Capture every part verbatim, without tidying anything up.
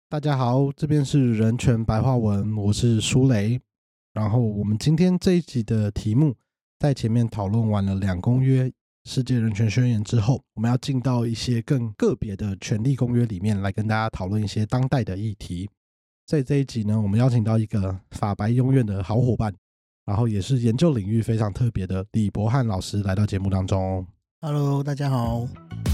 大家好，这边是人权白话文，我是舒雷。然后我们今天这一集的题目，在前面讨论完了两公约、世界人权宣言之后，我们要进到一些更个别的权利公约里面来跟大家讨论一些当代的议题。在这一集呢，我们邀请到一个法白永远的好伙伴，然后也是研究领域非常特别的李博翰老师来到节目当中。 Hello， 大家好。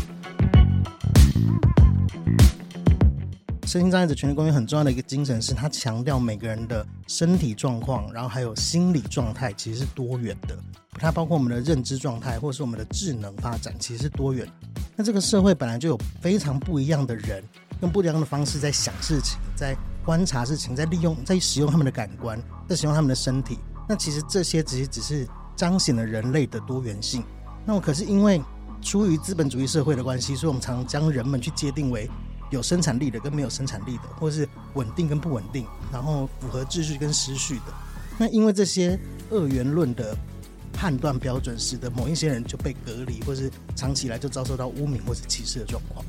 身心障碍者权利公约很重要的一个精神是它强调每个人的身体状况，然后还有心理状态其实是多元的，它包括我们的认知状态或者是我们的智能发展其实是多元。那这个社会本来就有非常不一样的人，用不一样的方式在想事情，在观察事情，在利用在使用他们的感官，在使用他们的身体。那其实这些只是只是彰显了人类的多元性。那我可是因为出于资本主义社会的关系，所以我们常将人们去界定为有生产力的跟没有生产力的，或是稳定跟不稳定，然后符合秩序跟失序的。那因为这些二元论的判断标准，使得某一些人就被隔离，或是长期以来就遭受到污名或是歧视的状况。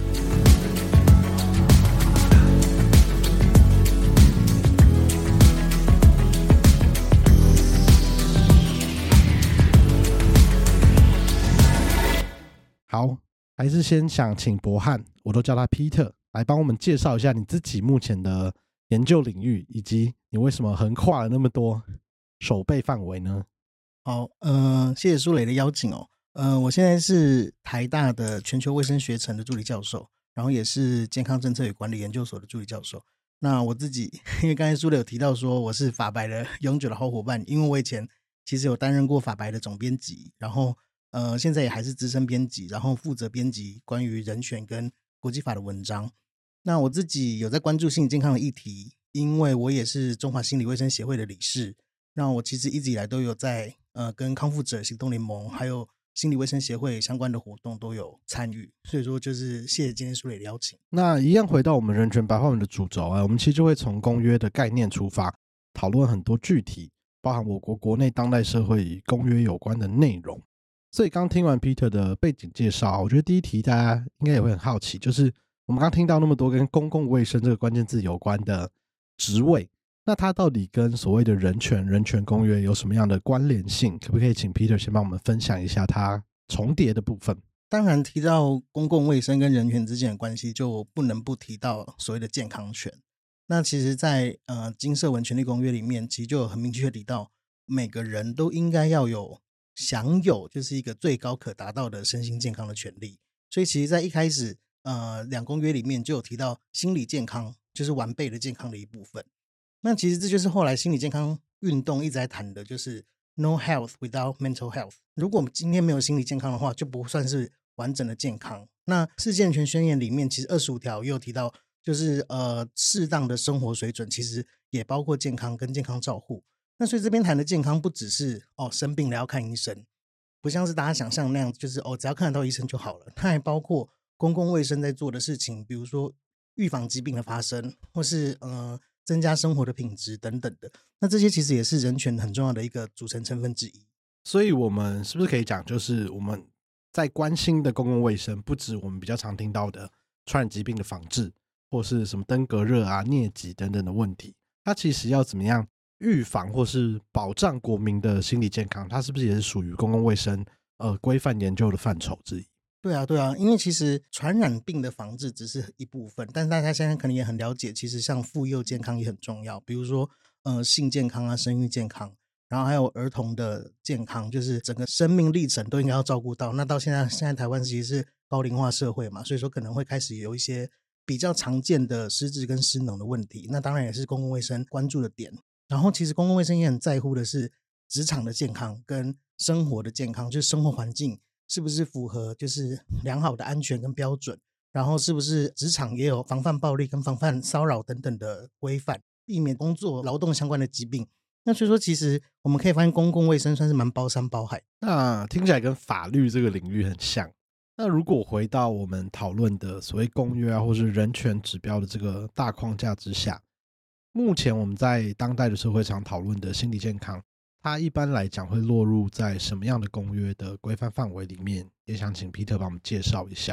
好，还是先想请博翰，我都叫他 Peter， 来帮我们介绍一下你自己目前的研究领域，以及你为什么横跨了那么多守备范围呢？ 好，呃，谢谢舒磊的邀请哦。呃，我现在是台大的全球卫生学程的助理教授，然后也是健康政策与管理研究所的助理教授。那我自己，因为刚才舒磊有提到说我是法白的永久的好伙伴，因为我以前其实有担任过法白的总编辑，然后呃，现在也还是资深编辑，然后负责编辑关于人权跟国际法的文章。那我自己有在关注心理健康的议题，因为我也是中华心理卫生协会的理事。那我其实一直以来都有在呃跟康复者行动联盟还有心理卫生协会相关的活动都有参与，所以说就是谢谢今天舒磊的邀请。 那一样回到我们人权白话文的主轴啊，我们其实就会从公约的概念出发，讨论很多具体，包含我国国内当代社会与公约有关的内容。所以刚听完 Peter 的背景介绍，我觉得第一题大家应该也会很好奇，就是我们刚听到那么多跟公共卫生这个关键字有关的职位，那它到底跟所谓的人权人权公约有什么样的关联性？可不可以请 Peter 先帮我们分享一下它重叠的部分？ 当然提到公共卫生跟人权之间的关系，就不能不提到所谓的健康权。那其实在呃经社文权利公约里面，其实就有很明确提到每个人都应该要有享有就是一个最高可达到的身心健康的权利。所以其实在一开始呃两公约里面就有提到心理健康就是完备的健康的一部分。那其实这就是后来心理健康运动一直在谈的，就是 no health without mental health。 如果我们今天没有心理健康的话，就不算是完整的健康。那世界人权宣言里面其实二十五条也有提到，就是呃适当的生活水准其实也包括健康跟健康照护。那所以这边谈的健康不只是哦生病了要看医生，不像是大家想象那样就是哦只要看得到医生就好了，它还包括公共卫生在做的事情，比如说预防疾病的发生，或是呃增加生活的品质等等的。那这些其实也是人权很重要的一个组成成分之一。 所以我们是不是可以讲，就是我们在关心的公共卫生，不止我们比较常听到的传染疾病的防治，或是什么登革热啊、疟疾等等的问题，它其实要怎么样预防或是保障国民的心理健康，它是不是也是属于公共卫生呃规范研究的范畴之一？ 对啊对啊，因为其实传染病的防治只是一部分，但是大家现在可能也很了解，其实像妇幼健康也很重要，比如说呃性健康啊、生育健康，然后还有儿童的健康，就是整个生命历程都应该要照顾到。那到现在现在台湾其实是高龄化社会嘛，所以说可能会开始有一些比较常见的失智跟失能的问题，那当然也是公共卫生关注的点。然后其实公共卫生也很在乎的是职场的健康跟生活的健康，就是生活环境是不是符合就是良好的安全跟标准，然后是不是职场也有防范暴力跟防范骚扰等等的规范，避免工作劳动相关的疾病。那所以说其实我们可以发现公共卫生算是蛮包山包海。 那听起来跟法律这个领域很像。那如果回到我们讨论的所谓公约啊，或是人权指标的这个大框架之下，目前我们在当代的社会常讨论的心理健康，它一般来讲会落入在什么样的公约的规范范围里面？也想请 Peter 帮我们介绍一下。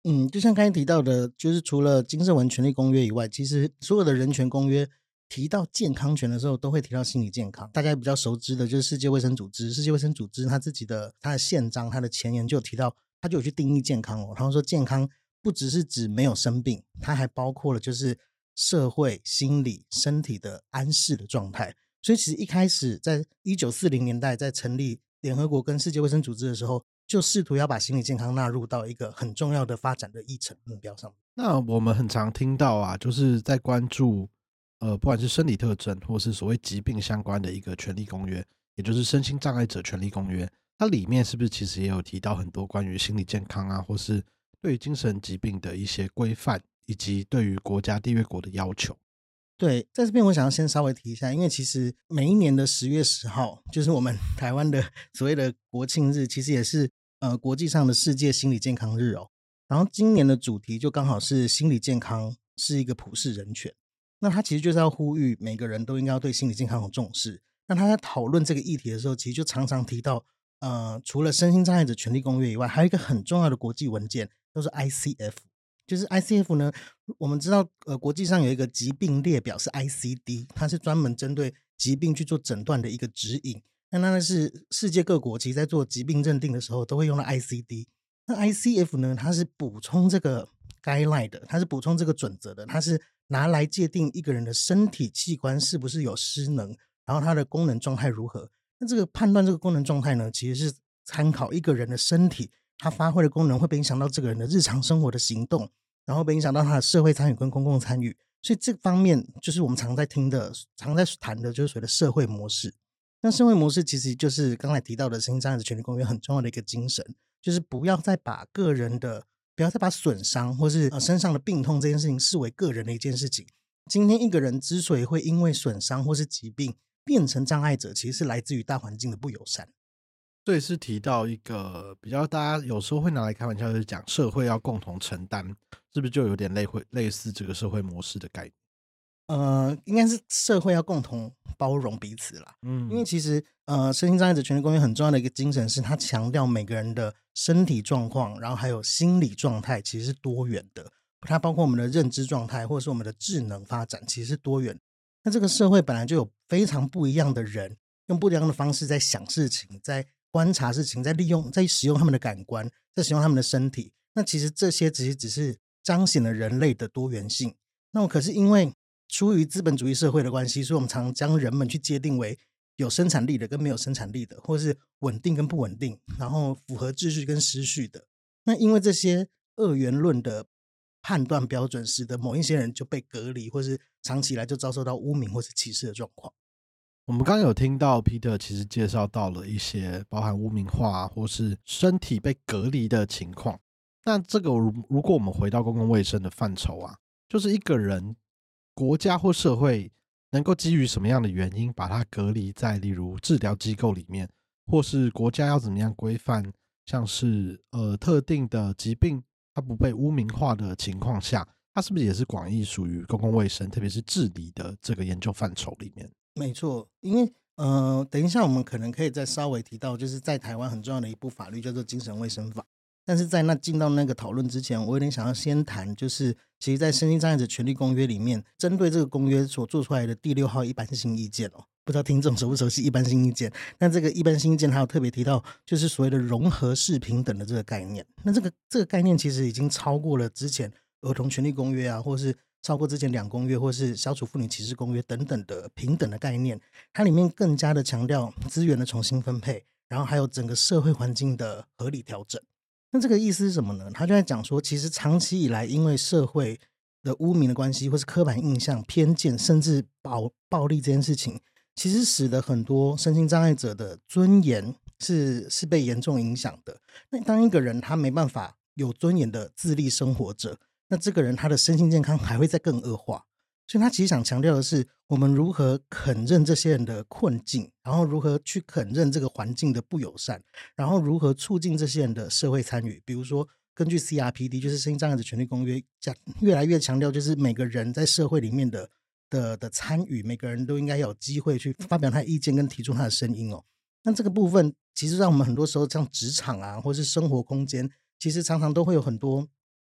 嗯，就像刚才提到的，就是除了金色文权利公约以外，其实所有的人权公约提到健康权的时候，都会提到心理健康。大家比较熟知的就是世界卫生组织，世界卫生组织它自己的它的宪章、它的前言就有提到，它就有去定义健康哦。然后说健康不只是指没有生病，它还包括了就是社会、心理、身体的安适的状态。所以其实一开始在一九四零年代在成立联合国跟世界卫生组织的时候，就试图要把心理健康纳入到一个很重要的发展的议程目标上面。 那我们很常听到啊，就是在关注呃，不管是生理特征或是所谓疾病相关的一个权利公约，也就是身心障碍者权利公约，它里面是不是其实也有提到很多关于心理健康啊，或是对于精神疾病的一些规范，以及对于国家缔约国的要求？ 对，在这边我想要先稍微提一下，因为其实每一年的十月十号，就是我们台湾的所谓的国庆日，其实也是呃国际上的世界心理健康日哦。然后今年的主题就刚好是心理健康是一个普世人权，那他其实就是要呼吁每个人都应该要对心理健康有重视。那他在讨论这个议题的时候，其实就常常提到，呃，除了身心障碍者权利公约以外，还有一个很重要的国际文件，就是 I C F。就是 I C F 呢，我们知道，呃，国际上有一个疾病列表是 I C D， 它是专门针对疾病去做诊断的一个指引。那那是世界各国其实在做疾病认定的时候都会用到 I C D。那 I C F 呢，它是补充这个 guideline 的，它是补充这个准则的，它是拿来界定一个人的身体器官是不是有失能，然后它的功能状态如何。那这个判断这个功能状态呢，其实是参考一个人的身体，它发挥的功能会被影响到这个人的日常生活的行动，然后被影响到他的社会参与跟公共参与。所以这方面就是我们常在听的、常在谈的，就是所谓的社会模式。那社会模式其实就是刚才提到的身心障碍者权利公约很重要的一个精神，就是不要再把个人的不要再把损伤或是、呃、身上的病痛这件事情视为个人的一件事情。今天一个人之所以会因为损伤或是疾病变成障碍者，其实是来自于大环境的不友善。 所以是提到一个比较大家有时候会拿来开玩笑，就是讲社会要共同承担，是不是就有点类会类似这个社会模式的概念？ 呃，应该是社会要共同包容彼此啦。因为嗯， 其实呃，身心障碍者权利公约很重要的一个精神是，它强调每个人的身体状况，然后还有心理状态其实是多元的。它包括我们的认知状态，或者是我们的智能发展，其实是多元。那这个社会本来就有非常不一样的人，用不一样的方式在想事情，在观察事情，在利用，在使用他们的感官，在使用他们的身体。那其实这些其实只是彰显了人类的多元性。那么可是因为出于资本主义社会的关系，所以我们常将人们去界定为有生产力的跟没有生产力的，或是稳定跟不稳定，然后符合秩序跟失序的。那因为这些二元论的判断标准，使得某一些人就被隔离，或是长期以来就遭受到污名或是歧视的状况。 我们刚刚有听到 Peter 其实介绍到了一些包含污名化或是身体被隔离的情况。那这个如果我们回到公共卫生的范畴啊，就是一个人、国家或社会能够基于什么样的原因把它隔离在例如治疗机构里面，或是国家要怎么样规范像是呃特定的疾病它不被污名化的情况下，它是不是也是广义属于公共卫生特别是治理的这个研究范畴里面？ 没错，因为呃，等一下我们可能可以再稍微提到，就是在台湾很重要的一部法律叫做精神卫生法。但是在那进到那个讨论之前，我有点想要先谈，就是其实在身心障碍者权利公约里面，针对这个公约所做出来的第六号一般性意见哦，不知道听众熟不熟悉一般性意见？那这个一般性意见还有特别提到，就是所谓的融合式平等的这个概念。那这个这个概念其实已经超过了之前儿童权利公约啊，或是超过之前两公约，或是消除妇女歧视公约等等的平等的概念。它里面更加的强调资源的重新分配，然后还有整个社会环境的合理调整。那这个意思是什么呢？他就在讲说，其实长期以来，因为社会的污名的关系，或是刻板印象、偏见，甚至暴暴力这件事情，其实使得很多身心障碍者的尊严是是被严重影响的。那当一个人他没办法有尊严的自立生活着，那这个人他的身心健康还会再更恶化。所以他其实想强调的是，我们如何肯认这些人的困境，然后如何去肯认这个环境的不友善，然后如何促进这些人的社会参与。比如说根据 C R P D 就是身心障碍者权利公约，讲越来越强调就是每个人在社会里面的的的参与，每个人都应该有机会去发表他的意见跟提出他的声音哦。那这个部分其实让我们很多时候像职场啊或是生活空间，其实常常都会有很多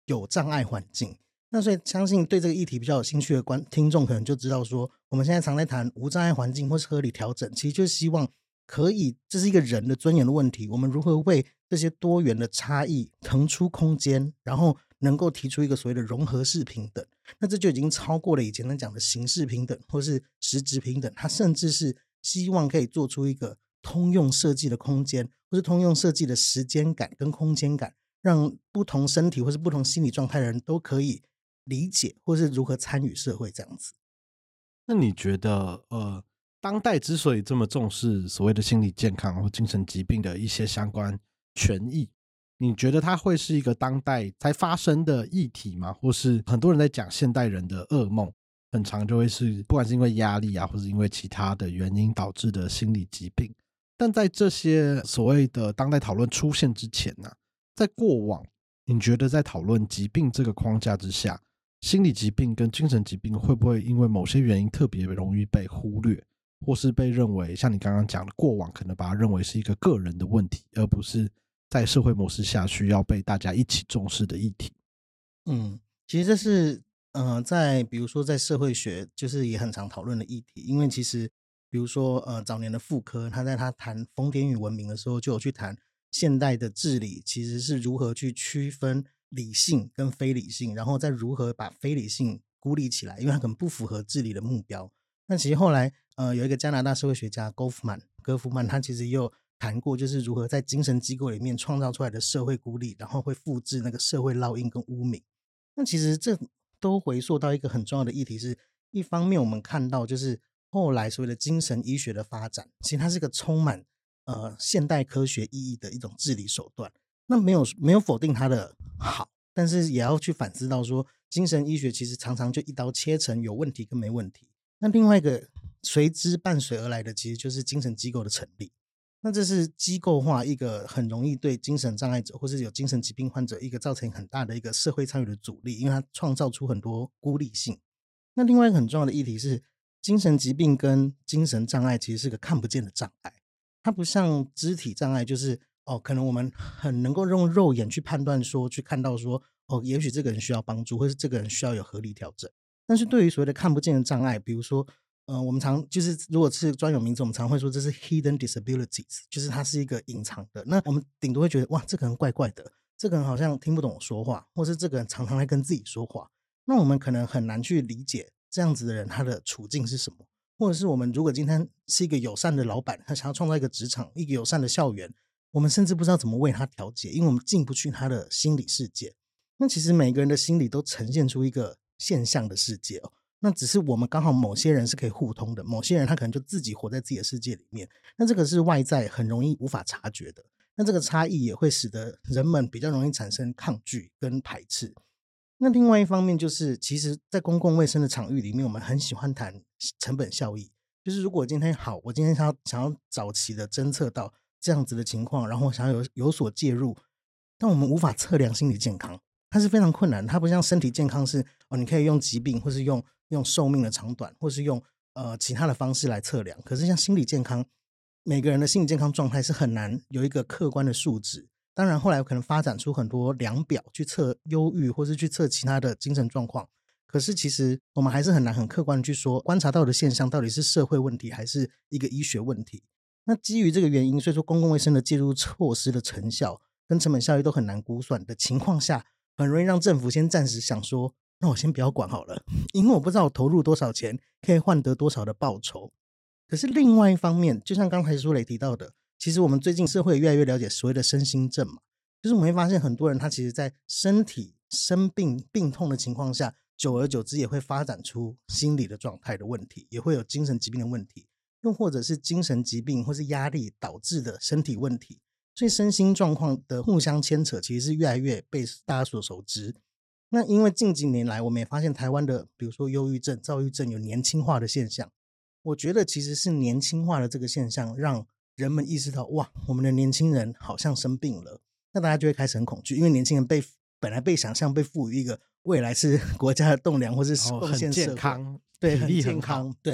有障碍环境。那所以相信对这个议题比较有兴趣的观听众可能就知道说，我们现在常在谈无障碍环境或是合理调整，其实就是希望可以，这是一个人的尊严的问题，我们如何为这些多元的差异腾出空间，然后能够提出一个所谓的融合式平等。那这就已经超过了以前讲的形式平等或是实质平等，它甚至是希望可以做出一个通用设计的空间，或是通用设计的时间感跟空间感，让不同身体或是不同心理状态的人都可以理解或是如何参与社会这样子。 那你觉得呃，当代之所以这么重视所谓的心理健康或精神疾病的一些相关权益，你觉得它会是一个当代才发生的议题吗？或是很多人在讲现代人的噩梦，很常就会是不管是因为压力啊，或是因为其他的原因导致的心理疾病。但在这些所谓的当代讨论出现之前呢、啊，在过往你觉得在讨论疾病这个框架之下，心理疾病跟精神疾病会不会因为某些原因特别容易被忽略，或是被认为像你刚刚讲的，过往可能把它认为是一个个人的问题，而不是在社会模式下需要被大家一起重视的议题？ 嗯，其实这是呃，在比如说在社会学就是也很常讨论的议题，因为其实比如说呃早年的傅科，他在他谈疯癫与文明的时候，就有去谈现代的治理其实是如何去区分理性跟非理性，然后再如何把非理性孤立起来，因为它可能不符合治理的目标。那其实后来呃有一个加拿大社会学家 Goffman 戈夫曼，他其实也有谈过，就是如何在精神机构里面创造出来的社会孤立，然后会复制那个社会烙印跟污名。那其实这都回溯到一个很重要的议题是，一方面我们看到就是后来所谓的精神医学的发展，其实它是一个充满呃现代科学意义的一种治理手段。那没有没有否定它的好，但是也要去反思到说，精神医学其实常常就一刀切成有问题跟没问题。那另外一个随之伴随而来的，其实就是精神机构的成立。那这是机构化一个很容易对精神障碍者或是有精神疾病患者一个造成很大的一个社会参与的阻力，因为它创造出很多孤立性。那另外一个很重要的议题是，精神疾病跟精神障碍其实是个看不见的障碍，它不像肢体障碍，就是哦，可能我们很能够用肉眼去判断说，去看到说，哦，也许这个人需要帮助，或是这个人需要有合理调整。但是对于所谓的看不见的障碍，比如说呃，我们常就是如果是专有名词，我们常会说这是 hidden disabilities， 就是它是一个隐藏的。那我们顶多会觉得哇，这个人怪怪的，这个人好像听不懂我说话，或是这个人常常在跟自己说话。那我们可能很难去理解这样子的人他的处境是什么，或者是我们如果今天是一个友善的老板，他想要创造一个职场，一个友善的校园，我们甚至不知道怎么为他调节，因为我们进不去他的心理世界。那其实每个人的心理都呈现出一个现象的世界哦。那只是我们刚好某些人是可以互通的，某些人他可能就自己活在自己的世界里面，那这个是外在很容易无法察觉的。那这个差异也会使得人们比较容易产生抗拒跟排斥。那另外一方面就是，其实在公共卫生的场域里面，我们很喜欢谈成本效益，就是如果今天好，我今天想要想要早期的侦测到这样子的情况，然后想要有有所介入，但我们无法测量心理健康，它是非常困难。它不像身体健康是哦，你可以用疾病或是用用寿命的长短，或是用呃其他的方式来测量。可是像心理健康，每个人的心理健康状态是很难有一个客观的数值。当然后来可能发展出很多量表去测忧郁，或是去测其他的精神状况。可是其实我们还是很难很客观的去说观察到的现象到底是社会问题还是一个医学问题。那基于这个原因，所以说公共卫生的介入措施的成效跟成本效益都很难估算的情况下，很容易让政府先暂时想说，那我先不要管好了，因为我不知道我投入多少钱可以换得多少的报酬。可是另外一方面，就像刚才苏磊提到的，其实我们最近社会越来越了解所谓的身心症嘛，就是我们会发现很多人他其实在身体生病病痛的情况下，久而久之也会发展出心理的状态的问题，也会有精神疾病的问题，又或者是精神疾病或是压力导致的身体问题。所以身心状况的互相牵扯其实是越来越被大家所熟知。那因为近几年来我们也发现台湾的比如说忧郁症、躁郁症有年轻化的现象，我觉得其实是年轻化的这个现象让人们意识到，哇，我们的年轻人好像生病了。那大家就会开始很恐惧，因为年轻人被本来被想象被赋予一个未来是国家的栋梁或是贡献社会、 很健康， 对， 体力很健很好， 康，对。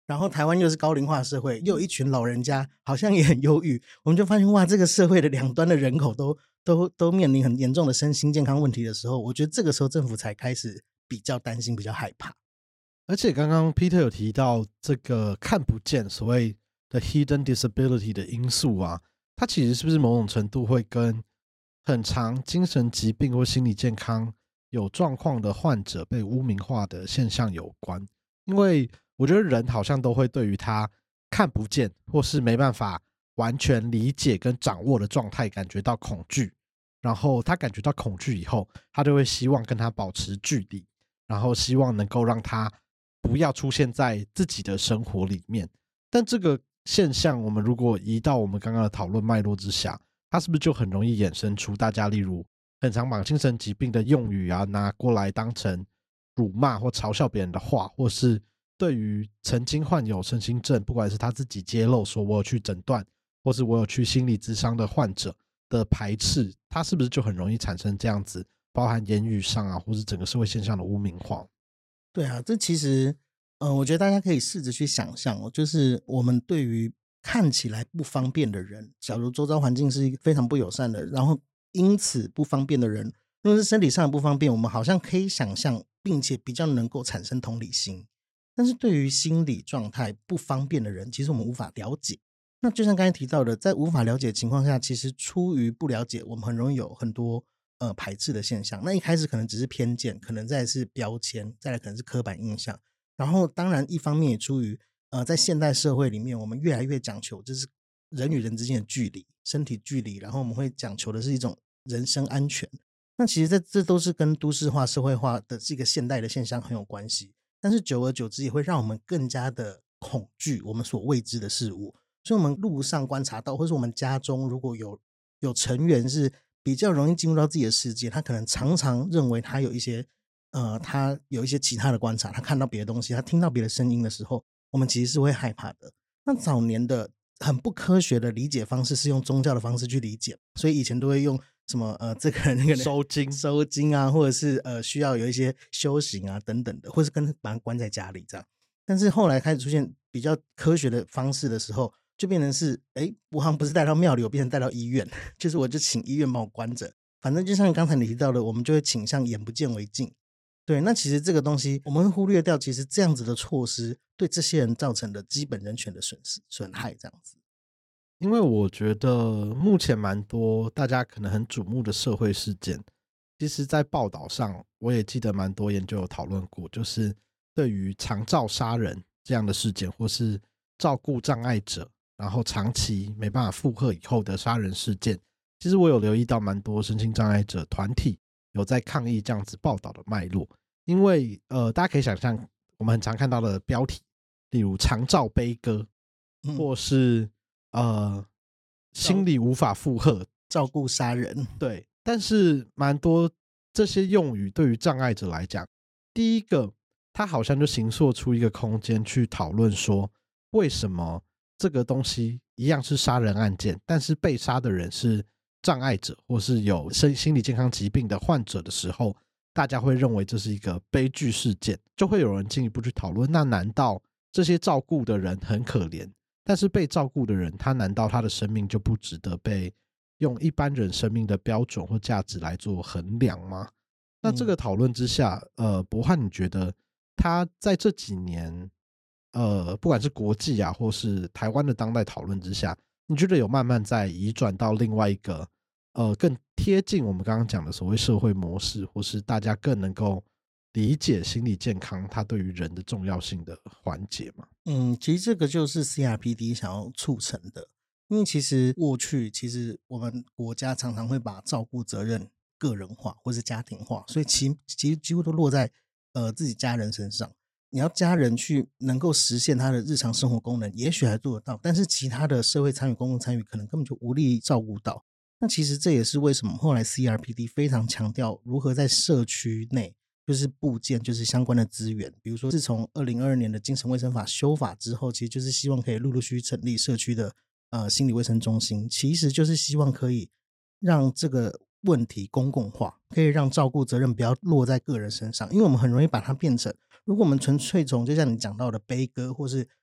然后台湾又是高龄化社会，又有一群老人家好像也很忧郁，我们就发现哇，这个社会的两端的人口都都都面临很严重的身心健康问题的时候，我觉得这个时候政府才开始比较担心，比较害怕。 而且刚刚 Peter 有提到这个看不见所谓的 hidden disability 的因素啊，它其实是不是某种程度会跟很常精神疾病或心理健康有状况的患者被污名化的现象有关？因为我觉得人好像都会对于他看不见或是没办法完全理解跟掌握的状态感觉到恐惧，然后他感觉到恐惧以后，他就会希望跟他保持距离，然后希望能够让他不要出现在自己的生活里面。但这个现象我们如果移到我们刚刚的讨论脉络之下，它是不是就很容易衍生出大家例如很常把精神疾病的用语啊拿过来当成辱骂或嘲笑别人的话，或是对于曾经患有身心症，不管是他自己揭露说我有去诊断，或是我有去心理咨商的患者的排斥，他是不是就很容易产生这样子包含言语上啊或是整个社会现象的污名化？ 对啊，这其实呃，我觉得大家可以试着去想象哦，就是我们对于看起来不方便的人，假如周遭环境是一个非常不友善的，然后因此不方便的人，如果是身体上的不方便，我们好像可以想象并且比较能够产生同理心。但是对于心理状态不方便的人，其实我们无法了解。那就像刚才提到的，在无法了解的情况下，其实出于不了解，我们很容易有很多呃排斥的现象。那一开始可能只是偏见，可能再来是标签，再来可能是刻板印象。然后当然一方面也出于呃在现代社会里面，我们越来越讲求就是人与人之间的距离，身体距离，然后我们会讲求的是一种人身安全。那其实这这都是跟都市化社会化的这个现代的现象很有关系，但是久而久之也会让我们更加的恐惧我们所未知的事物。所以我们路上观察到，或是我们家中如果有有成员是比较容易进入到自己的世界，他可能常常认为他有一些呃，他有一些其他的观察，他看到别的东西，他听到别的声音的时候，我们其实是会害怕的。那早年的很不科学的理解方式是用宗教的方式去理解，所以以前都会用什么呃这个人那个人收经收经啊，或者是呃需要有一些修行啊等等的，或是跟把他关在家里这样。但是后来开始出现比较科学的方式的时候，就变成是哎，我好像不是带到庙里，我变成带到医院，就是我就请医院帮我关着。反正就像刚才你提到的，我们就会倾向眼不见为净。对，那其实这个东西我们会忽略掉，其实这样子的措施对这些人造成的基本人权的损失损害这样子。 因为我觉得目前蛮多大家可能很瞩目的社会事件，其实在报道上我也记得蛮多研究有讨论过，就是对于长照杀人这样的事件，或是照顾障碍者然后长期没办法负荷以后的杀人事件，其实我有留意到蛮多身心障碍者团体有在抗议这样子报道的脉络。因为呃，大家可以想象我们很常看到的标题，例如长照悲歌，或是呃心理无法负荷照顾杀人。 对，但是蛮多这些用语对于障碍者来讲，第一个他好像就形塑出一个空间去讨论说，为什么这个东西一样是杀人案件，但是被杀的人是障碍者或是有心理健康疾病的患者的时候，大家会认为这是一个悲剧事件，就会有人进一步去讨论，那难道这些照顾的人很可怜，但是被照顾的人他难道他的生命就不值得被用一般人生命的标准或价值来做衡量吗？那这个讨论之下，呃，博翰你觉得他在这几年呃，不管是国际啊或是台湾的当代讨论之下，你觉得有慢慢在移转到另外一个呃更贴近我们刚刚讲的所谓社会模式，或是大家更能够理解心理健康它对于人的重要性的环节吗？ 嗯，其实这个就是 C R P D 想要促成的。因为其实过去其实我们国家常常会把照顾责任个人化或是家庭化，所以其其实几乎都落在呃自己家人身上。你要家人去能够实现他的日常生活功能，也许还做得到，但是其他的社会参与、公共参与可能根本就无力照顾到。那其实这也是为什么后来 C R P D 非常强调如何在社区内就是布建就是相关的资源，比如说自从二零二二年的精神卫生法修法之后，其实就是希望可以陆陆续续成立社区的呃心理卫生中心，其实就是希望可以让这个问题公共化，可以让照顾责任不要落在个人身上。因为我们很容易把它变成，如果我们纯粹从就像你讲到的悲歌或是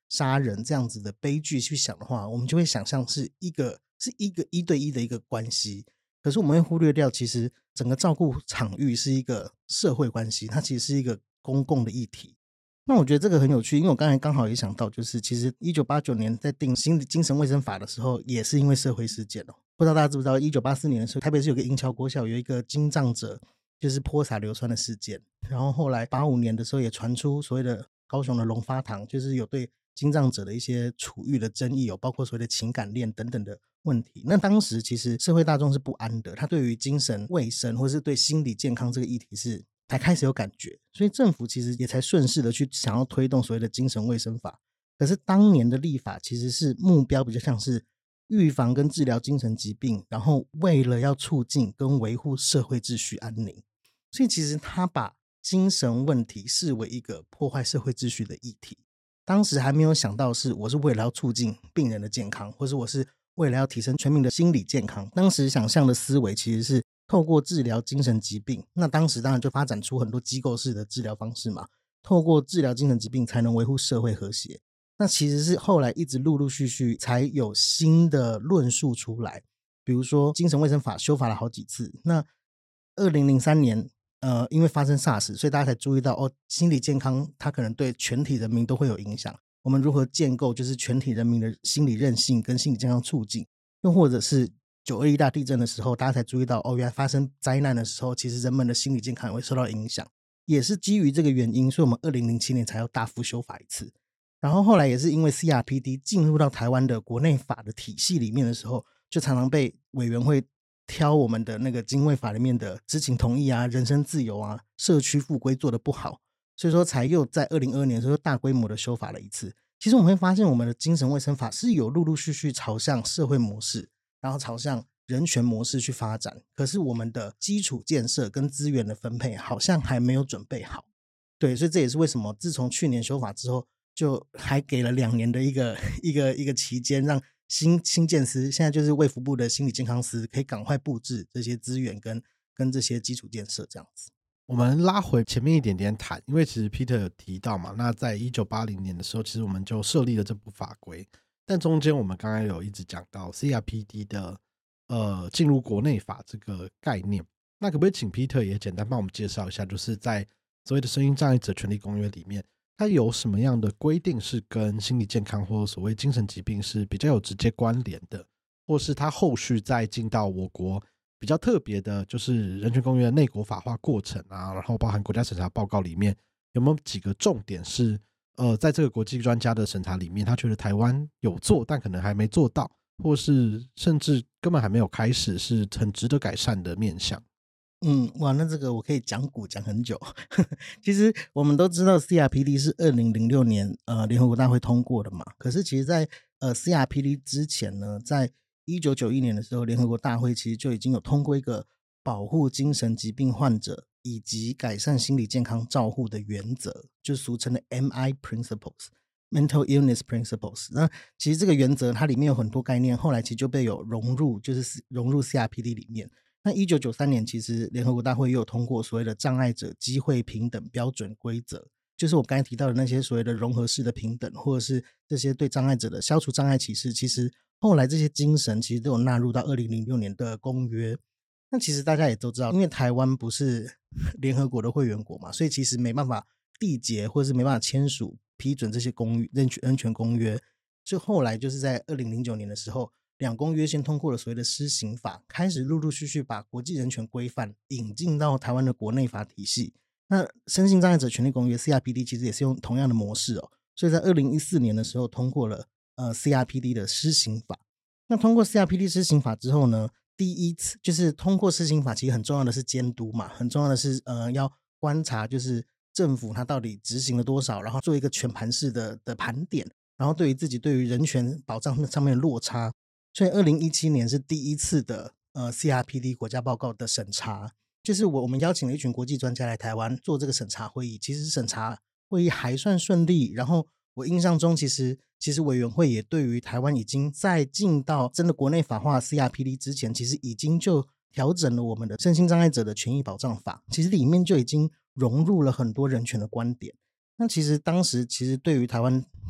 杀人这样子的悲剧去想的话，我们就会想象是一个是一个一对一的一个关系。可是我们会忽略掉，其实整个照顾场域是一个社会关系，它其实是一个公共的议题。那我觉得这个很有趣，因为我刚才刚好也想到，就是其实一九八九年在定新精神卫生法的时候，也是因为社会事件哦。不知道大家知不知道，一九八四年的时候，台北市有个银桥国小有一个精障者就是泼洒硫酸的事件，然后后来八五年的时候也传出所谓的高雄的龙发堂，就是有对精障者的一些处遇的争议，有包括所谓的情感链等等的问题。那当时其实社会大众是不安的，他对于精神卫生或是对心理健康这个议题是才开始有感觉，所以政府其实也才顺势的去想要推动所谓的精神卫生法。可是当年的立法其实是目标比较像是预防跟治疗精神疾病，然后为了要促进跟维护社会秩序安宁，所以其实他把精神问题视为一个破坏社会秩序的议题。当时还没有想到是我是为了要促进病人的健康，或是我是为了要提升全民的心理健康。当时想象的思维其实是透过治疗精神疾病，那当时当然就发展出很多机构式的治疗方式嘛，透过治疗精神疾病才能维护社会和谐。那其实是后来一直陆陆续续才有新的论述出来，比如说精神卫生法修法了好几次，那二零零三年呃，因为发生 SARS， 所以大家才注意到哦，心理健康它可能对全体人民都会有影响，我们如何建构就是全体人民的心理韧性跟心理健康促进。又或者是九二一大地震的时候，大家才注意到哦，原来发生灾难的时候其实人们的心理健康也会受到影响，也是基于这个原因，所以我们二零零七年才要大幅修法一次。然后后来也是因为 C R P D 进入到台湾的国内法的体系里面的时候，就常常被委员会挑我们的那个精卫法里面的知情同意啊、人身自由啊、社区复归做得不好，所以说才又在二零二二年的时候大规模的修法了一次。其实我们会发现我们的精神卫生法是有陆陆续续朝向社会模式，然后朝向人权模式去发展，可是我们的基础建设跟资源的分配好像还没有准备好。对，所以这也是为什么自从去年修法之后，就还给了两年的一个一个一个期间，让新新建司现在就是卫福部的心理健康司可以赶快布置这些资源跟跟这些基础建设这样子。 我们拉回前面一点点谈，因为其实 Peter 有提到嘛，那在一九八零年的时候，其实我们就设立了这部法规，但中间我们刚刚有一直讲到 C R P D 的呃进入国内法这个概念，那可不可以请 Peter 也简单帮我们介绍一下，就是在所谓的身心障碍者权利公约里面，它有什么样的规定是跟心理健康或所谓精神疾病是比较有直接关联的，或是它后续再进到我国比较特别的就是人权公约的内国法化过程啊，然后包含国家审查报告里面有没有几个重点是呃，在这个国际专家的审查里面他觉得台湾有做但可能还没做到，或是甚至根本还没有开始是很值得改善的面向。 嗯，哇，那这个我可以讲古讲很久。其实我们都知道 C R P D 是二零零六年呃联合国大会通过的嘛，可是其实在呃 C R P D 之前呢，在一九九一年的时候，联合国大会其实就已经有通过一个保护精神疾病患者以及改善心理健康照护的原则，就俗称的 M I Principles Mental Illness Principles。 那其实这个原则它里面有很多概念，后来其实就被有融入就是融入 C R P D 里面。那一九九三年其实联合国大会也有通过所谓的障碍者机会平等标准规则，就是我刚才提到的那些所谓的融合式的平等，或者是这些对障碍者的消除障碍歧视，其实后来这些精神其实都有纳入到二零零六年的公约。那其实大家也都知道，因为台湾不是联合国的会员国嘛，所以其实没办法缔结或是没办法签署批准这些公约人权人权公约，就后来就是在二零零九年的时候，两公约先通过了所谓的施行法，开始陆陆续续把国际人权规范引进到台湾的国内法体系。那身心障碍者权利公约 C R P D 其实也是用同样的模式哦，所以在二零一四年的时候通过了呃 C R P D 的施行法。那通过 C R P D 施行法之后呢，第一次就是通过施行法，其实很重要的是监督嘛，很重要的是呃要观察就是政府它到底执行了多少，然后做一个全盘式的的盘点，然后对于自己对于人权保障上面的落差。所以二零一七年是第一次的呃 C R P D 国家报告的审查，就是我我们邀请了一群国际专家来台湾做这个审查会议，其实审查会议还算顺利，然后我印象中其实其实委员会也对于台湾已经在进到真的国内法化 C R P D 之前，其实已经就调整了我们的身心障碍者的权益保障法，其实里面就已经融入了很多人权的观点。那其实当时其实对于台湾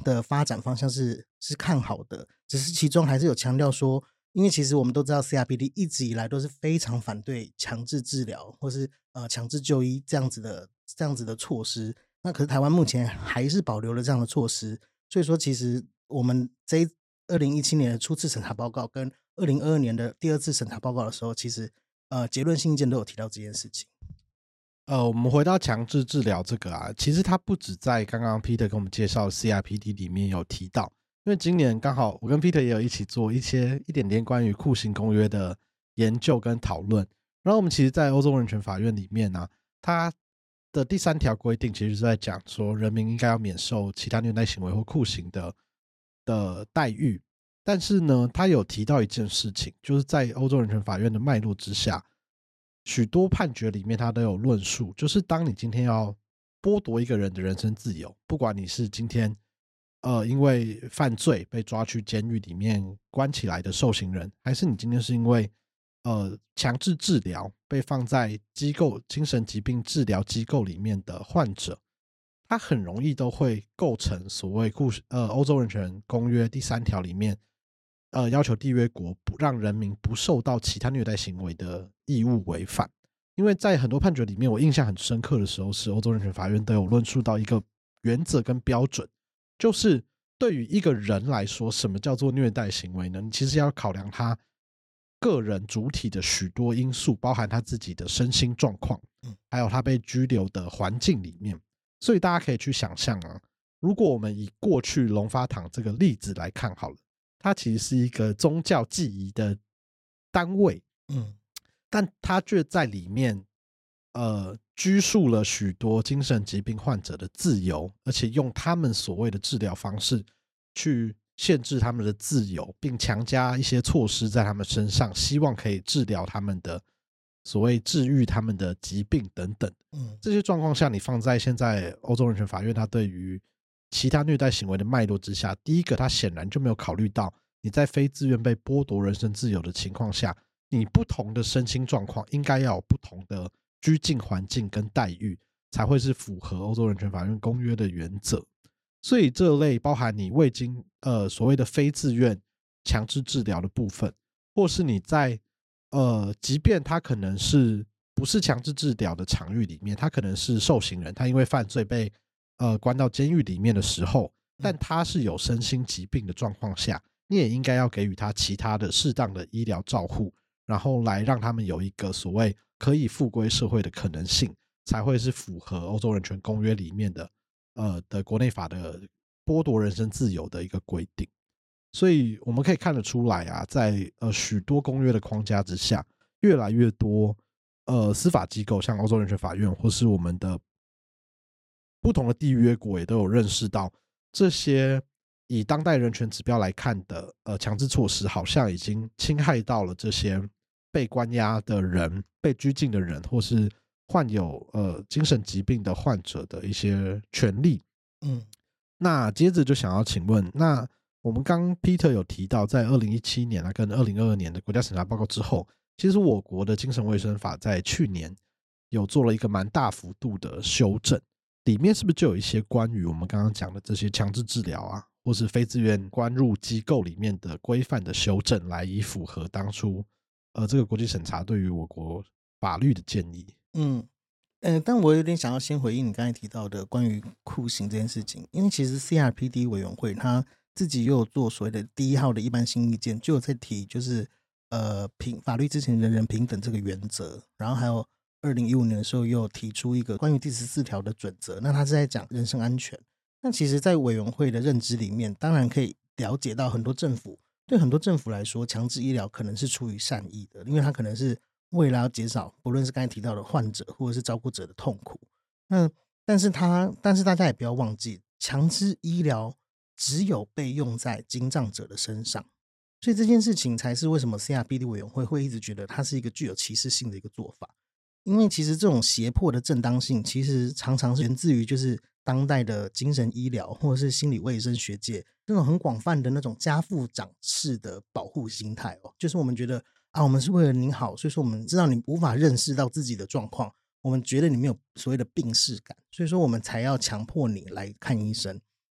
的发展方向是是看好的，只是其中还是有强调说，因为其实我们都知道 C R P D 一直以来都是非常反对强制治疗或是呃强制就医这样子的这样子的措施，那可是台湾目前还是保留了这样的措施，所以说其实我们这一二零一七年的初次审查报告跟二零二二年的第二次审查报告的时候，其实呃结论性意见都有提到这件事情。 呃，我们回到强制治疗这个啊，其实它不止在刚刚 Peter 跟我们介绍的 C R P D 里面有提到，因为今年刚好我跟 Peter 也有一起做一些一点点关于酷刑公约的研究跟讨论。然后我们其实在欧洲人权法院里面呢、啊，它的第三条规定其实是在讲说人民应该要免受其他虐待行为或酷刑的的待遇。但是呢，他有提到一件事情，就是在欧洲人权法院的脉络之下，许多判决里面他都有论述，就是当你今天要剥夺一个人的人身自由，不管你是今天呃因为犯罪被抓去监狱里面关起来的受刑人，还是你今天是因为呃强制治疗被放在机构精神疾病治疗机构里面的患者，他很容易都会构成所谓呃欧洲人权公约第三条里面呃要求缔约国不让人民不受到其他虐待行为的义务违反。因为在很多判决里面，我印象很深刻的时候是欧洲人权法院都有论述到一个原则跟标准，就是对于一个人来说，什么叫做虐待行为呢？你其实要考量他个人主体的许多因素，包含他自己的身心状况，还有他被拘留的环境里面。所以大家可以去想象啊，如果我们以过去龙发堂这个例子来看好了，它其实是一个宗教祭仪的单位，嗯，但它却在里面呃拘束了许多精神疾病患者的自由，而且用他们所谓的治疗方式去限制他们的自由，并强加一些措施在他们身上，希望可以治疗他们的所谓治愈他们的疾病等等。嗯，这些状况下，你放在现在欧洲人权法院，它对于其他虐待行为的脉络之下，第一个，它显然就没有考虑到你在非自愿被剥夺人身自由的情况下，你不同的身心状况应该要有不同的居境环境跟待遇，才会是符合欧洲人权法院公约的原则。所以这类包含你未经呃所谓的非自愿强制治疗的部分，或是你在呃即便他可能是不是强制治疗的场域里面，他可能是受刑人，他因为犯罪被呃关到监狱里面的时候，但他是有身心疾病的状况下，你也应该要给予他其他的适当的医疗照护，然后来让他们有一个所谓可以复归社会的可能性，才会是符合欧洲人权公约里面的呃的国内法的剥夺人身自由的一个规定。所以我们可以看得出来啊，在呃许多公约的框架之下，越来越多呃司法机构，像欧洲人权法院或是我们的不同的缔约国也都有认识到，这些以当代人权指标来看的呃强制措施，好像已经侵害到了这些被关押的人、被拘禁的人，或是患有呃精神疾病的患者的一些权利。嗯，那接着就想要请问，那我们刚 Peter 有提到，在二零一七年啊跟二零二二年的国家审查报告之后，其实我国的精神卫生法在去年有做了一个蛮大幅度的修正，里面是不是就有一些关于我们刚刚讲的这些强制治疗啊，或是非自愿关入机构里面的规范的修正，来以符合当初呃这个国际审查对于我国法律的建议？ 嗯。呃，但我有点想要先回应你刚才提到的关于酷刑这件事情，因为其实 C R P D 委员会他自己又有做所谓的第一号的一般性意见，就有在提就是呃平法律之前人人平等这个原则，然后还有二零一五年的时候又有提出一个关于第十四条的准则，那他是在讲人身安全。那其实在委员会的认知里面，当然可以了解到很多政府对很多政府来说，强制医疗可能是出于善意的，因为它可能是为了要减少不论是刚才提到的患者或者是照顾者的痛苦。那但是他但是大家也不要忘记，强制医疗只有被用在精障者的身上，所以这件事情才是为什么 C R P D 委员会会一直觉得它是一个具有歧视性的一个做法。因为其实这种胁迫的正当性其实常常是源自于就是当代的精神医疗或者是心理卫生学界那种很广泛的那种家父长式的保护心态哦，就是我们觉得啊，我们是为了您好，所以说我们知道你无法认识到自己的状况，我们觉得你没有所谓的病识感，所以说我们才要强迫你来看医生。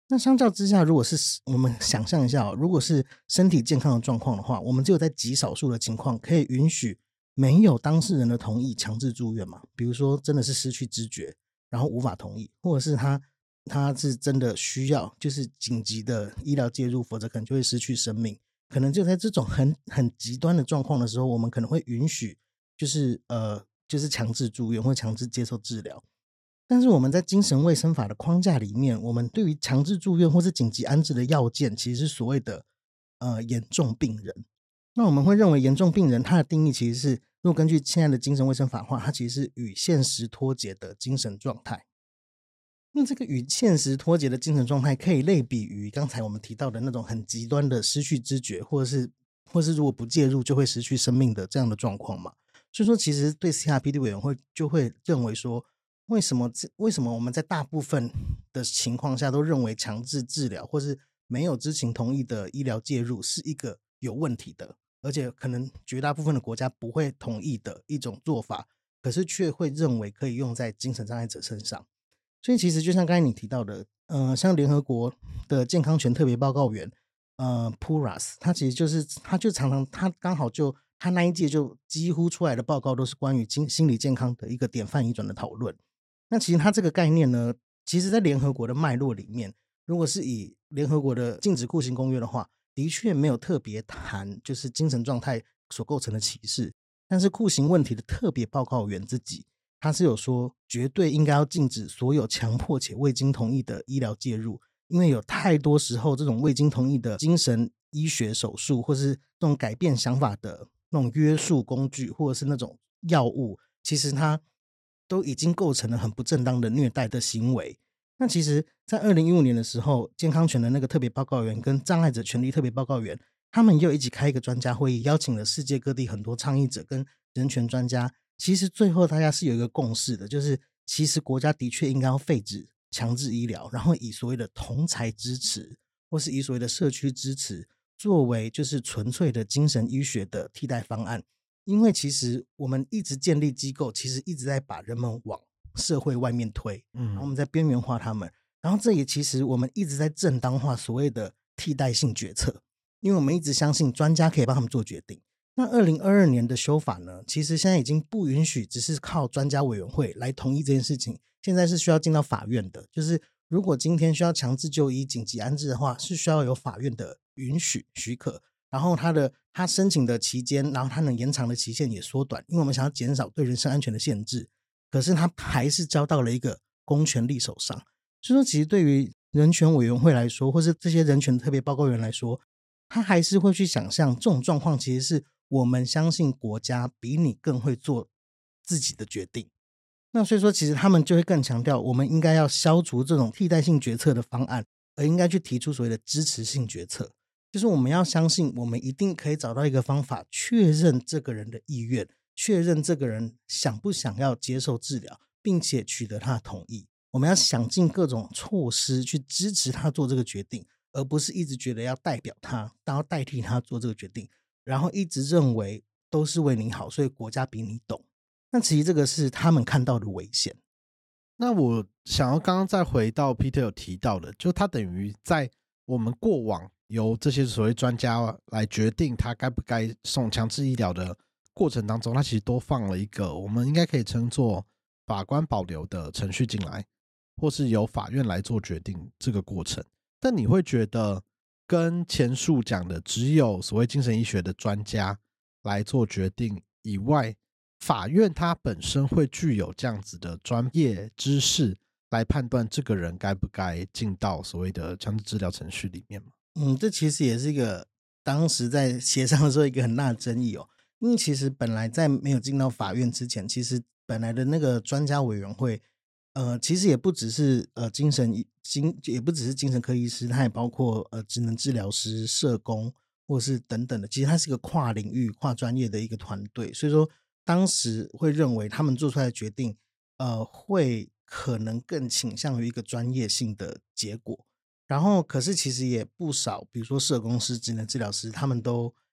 那相较之下，如果是我们想象一下、哦、如果是身体健康的状况的话，我们只有在极少数的情况可以允许没有当事人的同意强制住院嘛？比如说真的是失去知觉，然后无法同意，或者是他他是真的需要就是紧急的医疗介入，否则可能就会失去生命。可能就在这种很很极端的状况的时候，我们可能会允许就是呃就是强制住院或强制接受治疗。但是我们在精神卫生法的框架里面，我们对于强制住院或是紧急安置的要件，其实是所谓的呃严重病人。那我们会认为严重病人他的定义其实是，如果根据现在的精神卫生法的话，它其实是与现实脱节的精神状态。那这个与现实脱节的精神状态，可以类比于刚才我们提到的那种很极端的失去知觉，或者是或是如果不介入就会失去生命的这样的状况嘛。所以说，其实对 C R P D 委员会就会认为说，为什么为什么我们在大部分的情况下都认为强制治疗或是没有知情同意的医疗介入是一个有问题的，而且可能绝大部分的国家不会同意的一种做法，可是却会认为可以用在精神障碍者身上。所以其实就像刚才你提到的，呃，像联合国的健康权特别报告员，呃 Puras， 他其实就是他就常常他刚好就他那一届就几乎出来的报告都是关于精心理健康的一个典范移转的讨论。那其实他这个概念呢，其实在联合国的脉络里面，如果是以联合国的禁止酷刑公约的话，的确没有特别谈就是精神状态所构成的歧视，但是酷刑问题的特别报告员自己他是有说绝对应该要禁止所有强迫且未经同意的医疗介入，因为有太多时候这种未经同意的精神医学手术，或是这种改变想法的那种约束工具，或者是那种药物，其实它都已经构成了很不正当的虐待的行为。那其实在二零一五年的时候，健康权的那个特别报告员跟障碍者权利特别报告员，他们也有一起开一个专家会议，邀请了世界各地很多倡议者跟人权专家。其实最后大家是有一个共识的，就是其实国家的确应该要废止强制医疗，然后以所谓的同侪支持或是以所谓的社区支持作为就是纯粹的精神医学的替代方案。因为其实我们一直建立机构，其实一直在把人们往社会外面推，然后我们在边缘化他们，然后这也其实我们一直在正当化所谓的替代性决策，因为我们一直相信专家可以帮他们做决定。那二零二二年的修法呢，其实现在已经不允许只是靠专家委员会来同意这件事情，现在是需要进到法院的，就是如果今天需要强制就医紧急安置的话，是需要有法院的允许许可，然后他的他申请的期间，然后他能延长的期限也缩短，因为我们想要减少对人身安全的限制，可是他还是交到了一个公权力手上。所以说其实对于人权委员会来说，或是这些人权特别报告员来说，他还是会去想象这种状况其实是我们相信国家比你更会做自己的决定。那所以说其实他们就会更强调我们应该要消除这种替代性决策的方案，而应该去提出所谓的支持性决策，就是我们要相信我们一定可以找到一个方法确认这个人的意愿，确认这个人想不想要接受治疗，并且取得他的同意。我们要想尽各种措施去支持他做这个决定，而不是一直觉得要代表他，要代替他做这个决定，然后一直认为都是为你好，所以国家比你懂。那其实这个是他们看到的危险。 那我想要刚刚再回到 Peter 有提到的，就他等于在我们过往由这些所谓专家来决定他该不该送强制医疗的过程当中，他其实都放了一个我们应该可以称作法官保留的程序进来，或是由法院来做决定这个过程。但你会觉得跟前述讲的只有所谓精神医学的专家来做决定以外，法院它本身会具有这样子的专业知识来判断这个人该不该进到所谓的强制治疗程序里面吗？ 嗯，这其实也是一个当时在协商的时候一个很大的争议哦。因为其实本来在没有进到法院之前，其实本来的那个专家委员会呃，其实也不只是呃精神精也不只是精神科医师，它也包括呃职能治疗师、社工或是等等的，其实它是一个跨领域跨专业的一个团队。所以说当时会认为他们做出来的决定呃会可能更倾向于一个专业性的结果。然后可是其实也不少比如说社工师、职能治疗师，他们都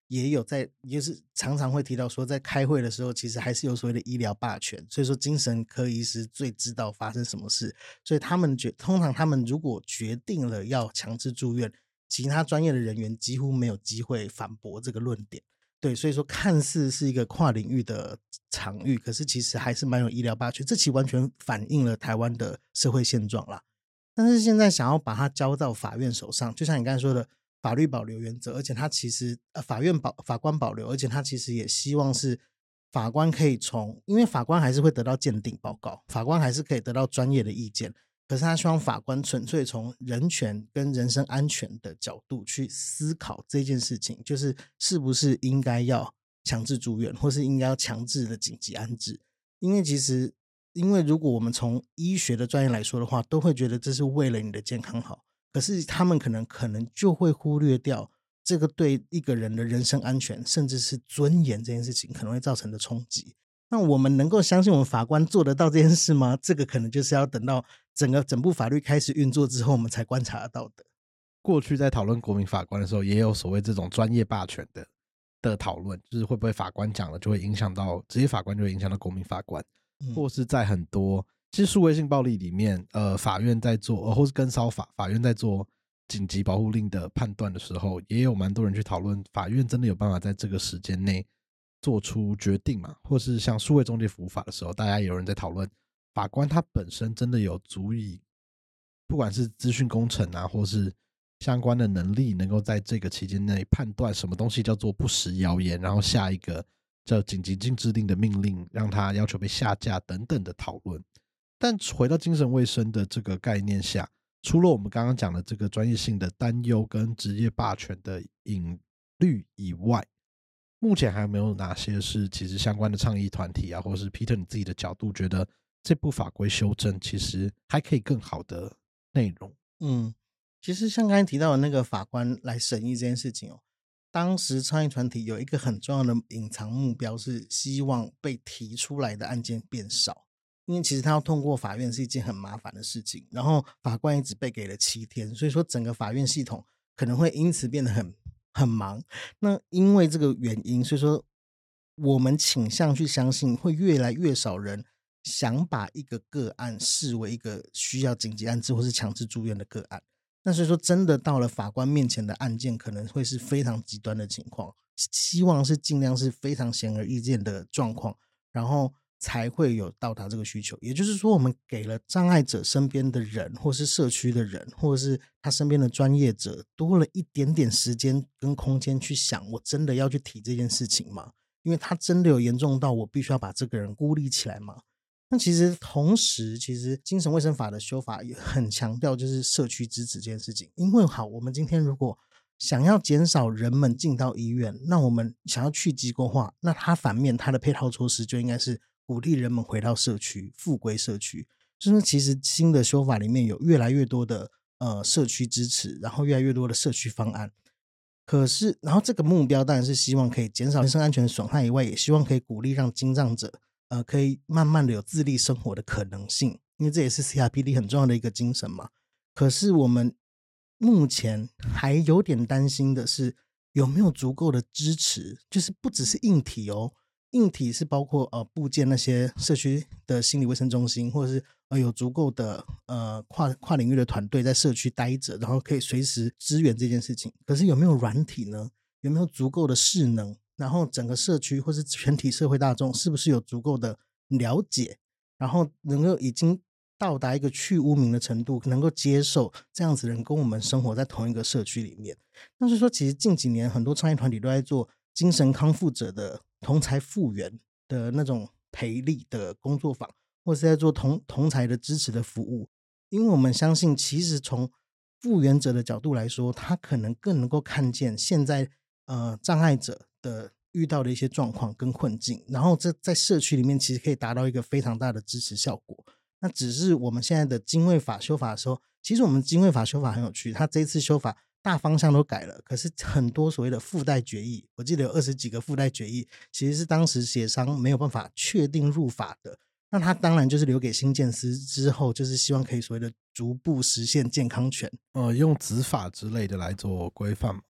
也有在，也是常常会提到说，在开会的时候，其实还是有所谓的医疗霸权，所以说精神科医师最知道发生什么事，所以他们决通常他们如果决定了要强制住院，其他专业的人员几乎没有机会反驳这个论点。对，所以说看似是一个跨领域的场域，可是其实还是蛮有医疗霸权，这其实完全反映了台湾的社会现状啦。但是现在想要把它交到法院手上，就像你刚才说的法律保留原则，而且他其实呃法院保法官保留，而且他其实也希望是法官可以从，因为法官还是会得到鉴定报告，法官还是可以得到专业的意见，可是他希望法官纯粹从人权跟人身安全的角度去思考这件事情，就是是不是应该要强制住院，或是应该要强制的紧急安置。因为其实因为如果我们从医学的专业来说的话，都会觉得这是为了你的健康好，可是他们可能可能就会忽略掉这个对一个人的人身安全甚至是尊严这件事情可能会造成的冲击。那我们能够相信我们法官做得到这件事吗？这个可能就是要等到整个整部法律开始运作之后，我们才观察得到的。 过去在讨论国民法官的时候，也有所谓这种专业霸权的的讨论，就是会不会法官讲了就会影响到职业法官，就会影响到国民法官，嗯、或是在很多其实数位性暴力里面，呃，法院在做，呃、或是跟骚法，法院在做紧急保护令的判断的时候，也有蛮多人去讨论，法院真的有办法在这个时间内做出决定嘛？或是像数位中介服务法的时候，大家也有人在讨论，法官他本身真的有足以，不管是资讯工程啊，或是相关的能力，能够在这个期间内判断什么东西叫做不实谣言，然后下一个叫紧急禁制令的命令，让他要求被下架等等的讨论。但回到精神卫生的这个概念下，除了我们刚刚讲的这个专业性的担忧跟职业霸权的隐虑以外，目前还有没有哪些是其实相关的倡议团体啊，或是 Peter 你自己的角度觉得这部法规修正其实还可以更好的内容？ 嗯，其实像刚才提到的那个法官来审议这件事情哦，当时倡议团体有一个很重要的隐藏目标，是希望被提出来的案件变少。因为其实他要通过法院是一件很麻烦的事情，然后法官也只被给了七天，所以说整个法院系统可能会因此变得很很忙。那因为这个原因，所以说我们倾向去相信会越来越少人想把一个个案视为一个需要紧急安置或是强制住院的个案。那所以说真的到了法官面前的案件可能会是非常极端的情况，希望是尽量是非常显而易见的状况，然后才会有到达这个需求。也就是说我们给了障碍者身边的人，或是社区的人，或者是他身边的专业者多了一点点时间跟空间去想，我真的要去提这件事情吗？因为他真的有严重到我必须要把这个人孤立起来吗？那其实同时其实精神卫生法的修法也很强调就是社区支持这件事情。因为好，我们今天如果想要减少人们进到医院，那我们想要去机构化，那它反面它的配套措施就应该是鼓励人们回到社区，复归社区。就是其实新的修法里面有越来越多的呃社区支持，然后越来越多的社区方案。可是然后这个目标当然是希望可以减少人身安全损害以外，也希望可以鼓励让精障者呃可以慢慢的有自立生活的可能性，因为这也是 C R P D 很重要的一个精神嘛。可是我们目前还有点担心的是有没有足够的支持，就是不只是硬体哦，硬体是包括呃布建那些社区的心理卫生中心，或者是呃有足够的呃跨跨领域的团队在社区待着，然后可以随时支援这件事情。可是有没有软体呢？有没有足够的势能？然后整个社区或是全体社会大众是不是有足够的了解，然后能够已经到达一个去污名的程度，能够接受这样子的人跟我们生活在同一个社区里面。那是说其实近几年很多倡议团体都在做精神康复者的同才复原的那种培力的工作坊，或是在做同同才的支持的服务。因为我们相信其实从复原者的角度来说，他可能更能够看见现在呃障碍者的遇到的一些状况跟困境，然后这在社区里面其实可以达到一个非常大的支持效果。那只是我们现在的精卫法修法的时候，其实我们精卫法修法很有趣，它这一次修法大方向都改了，可是很多所谓的附带决议，我记得有二十几个附带决议，其实是当时协商没有办法确定入法的。那它当然就是留给新建司之后，就是希望可以所谓的逐步实现健康权， 呃，用子法之类的来做规范。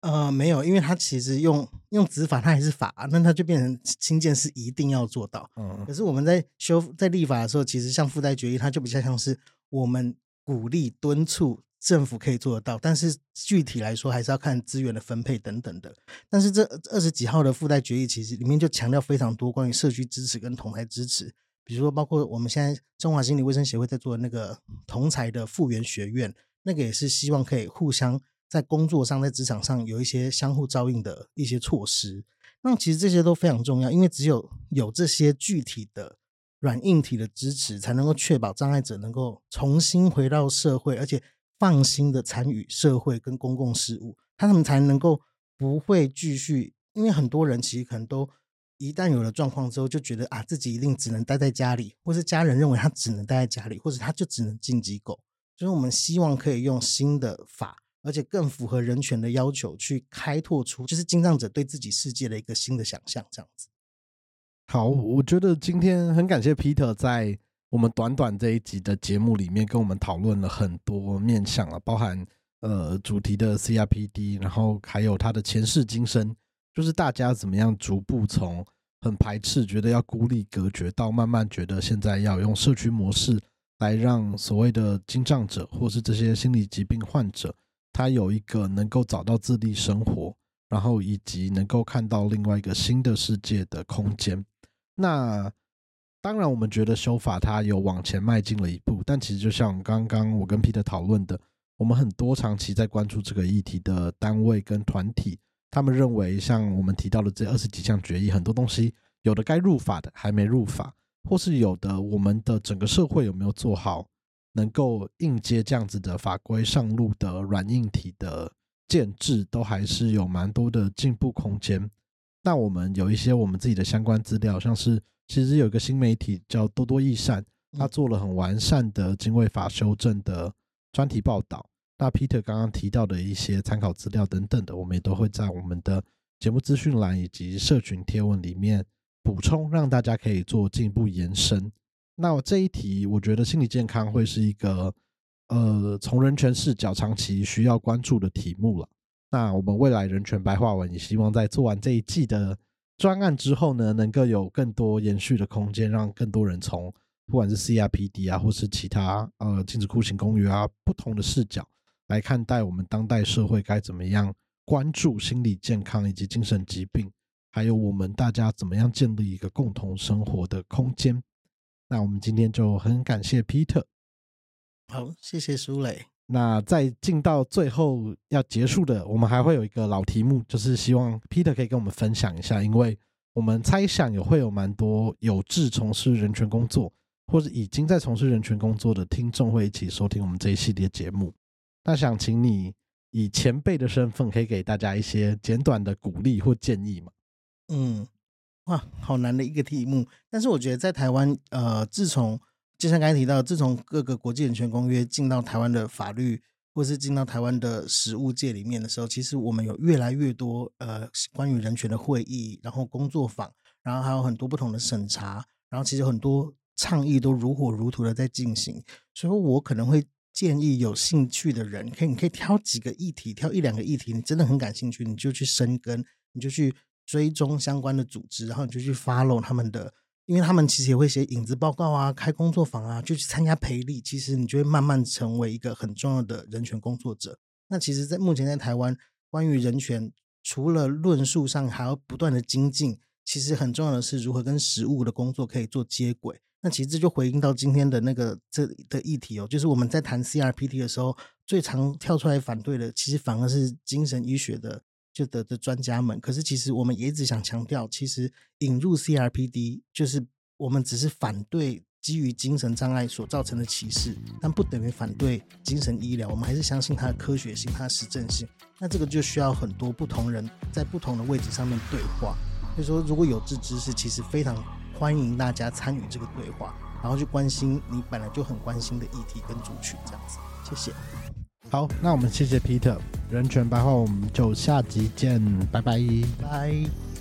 呃，没有，因为他其实用用执法，他还是法，那他就变成轻剑是一定要做到。嗯，可是我们在修在立法的时候，其实像附带决议，它就比较像是我们鼓励敦促政府可以做得到，但是具体来说还是要看资源的分配等等的。但是这二十几号的附带决议，其实里面就强调非常多关于社区支持跟同才支持，比如说包括我们现在中华心理卫生协会在做的那个同才的复原学院，那个也是希望可以互相在工作上在职场上有一些相互照应的一些措施。那其实这些都非常重要，因为只有有这些具体的软硬体的支持，才能够确保障碍者能够重新回到社会，而且放心的参与社会跟公共事务，他们才能够不会继续，因为很多人其实可能都一旦有了状况之后就觉得啊，自己一定只能待在家里，或是家人认为他只能待在家里，或者他就只能进机构。所以我们希望可以用新的法，而且更符合人权的要求，去开拓出就是精障者对自己世界的一个新的想象，这样子。 好，我觉得今天很感谢 Peter 在我们短短这一集的节目里面跟我们讨论了很多面向了，包含呃主题的 C R P D， 然后还有他的前世今生，就是大家怎么样逐步从很排斥觉得要孤立隔绝，到慢慢觉得现在要用社区模式来让所谓的精障者或是这些心理疾病患者，他有一个能够找到自立生活，然后以及能够看到另外一个新的世界的空间。那当然我们觉得修法它有往前迈进了一步，但其实就像刚刚我跟 Peter 讨论的，我们很多长期在关注这个议题的单位跟团体，他们认为像我们提到的这二十几项决议，很多东西有的该入法的还没入法，或是有的我们的整个社会有没有做好能够应接这样子的法规上路的软硬体的建制，都还是有蛮多的进步空间。那我们有一些我们自己的相关资料，像是其实有一个新媒体叫多多益善，他做了很完善的精卫法修正的专题报道，那 Peter 刚刚提到的一些参考资料等等的，我们也都会在我们的节目资讯栏以及社群贴文里面补充，让大家可以做进一步延伸。那这一题我觉得心理健康会是一个呃从人权视角长期需要关注的题目了。那我们未来人权白话文也希望在做完这一季的专案之后呢，能够有更多延续的空间，让更多人从不管是 C R P D 啊，或是其他呃禁止酷刑公约啊不同的视角来看待我们当代社会该怎么样关注心理健康以及精神疾病，还有我们大家怎么样建立一个共同生活的空间。那我们今天就很感谢 Peter。 好，谢谢舒磊。 那在进到最后要结束的，我们还会有一个老题目，就是希望 Peter 可以跟我们分享一下，因为我们猜想也会有蛮多有志从事人权工作或者已经在从事人权工作的听众会一起收听我们这一系列节目。那想请你以前辈的身份，可以给大家一些简短的鼓励或建议吗？ 嗯，哇，好难的一个题目。但是我觉得在台湾，呃，自从就像刚才提到，自从各个国际人权公约进到台湾的法律，或是进到台湾的实务界里面的时候，其实我们有越来越多呃关于人权的会议，然后工作坊，然后还有很多不同的审查，然后其实很多倡议都如火如荼的在进行。所以我可能会建议有兴趣的人，可以你可以挑几个议题，挑一两个议题，你真的很感兴趣，你就去深耕，你就去追踪相关的组织，然后你就去 follow 他们的，因为他们其实也会写影子报告啊，开工作坊啊，就去参加培力，其实你就会慢慢成为一个很重要的人权工作者。那其实在目前在台湾，关于人权除了论述上还要不断的精进，其实很重要的是如何跟实务的工作可以做接轨。那其实这就回应到今天的那个这的议题哦，就是我们在谈 C R P D 的时候，最常跳出来反对的，其实反而是精神医学的就的的专家们。可是其实我们也一直想强调，其实引入 C R P D 就是我们只是反对基于精神障碍所造成的歧视，但不等于反对精神医疗，我们还是相信它的科学性，它的实证性。那这个就需要很多不同人在不同的位置上面对话。所以说如果有志之士，其实非常欢迎大家参与这个对话，然后去关心你本来就很关心的议题跟族群，这样子。谢谢。 好，那我们谢谢 Peter， 人权白话我们就下集见，拜拜。 拜。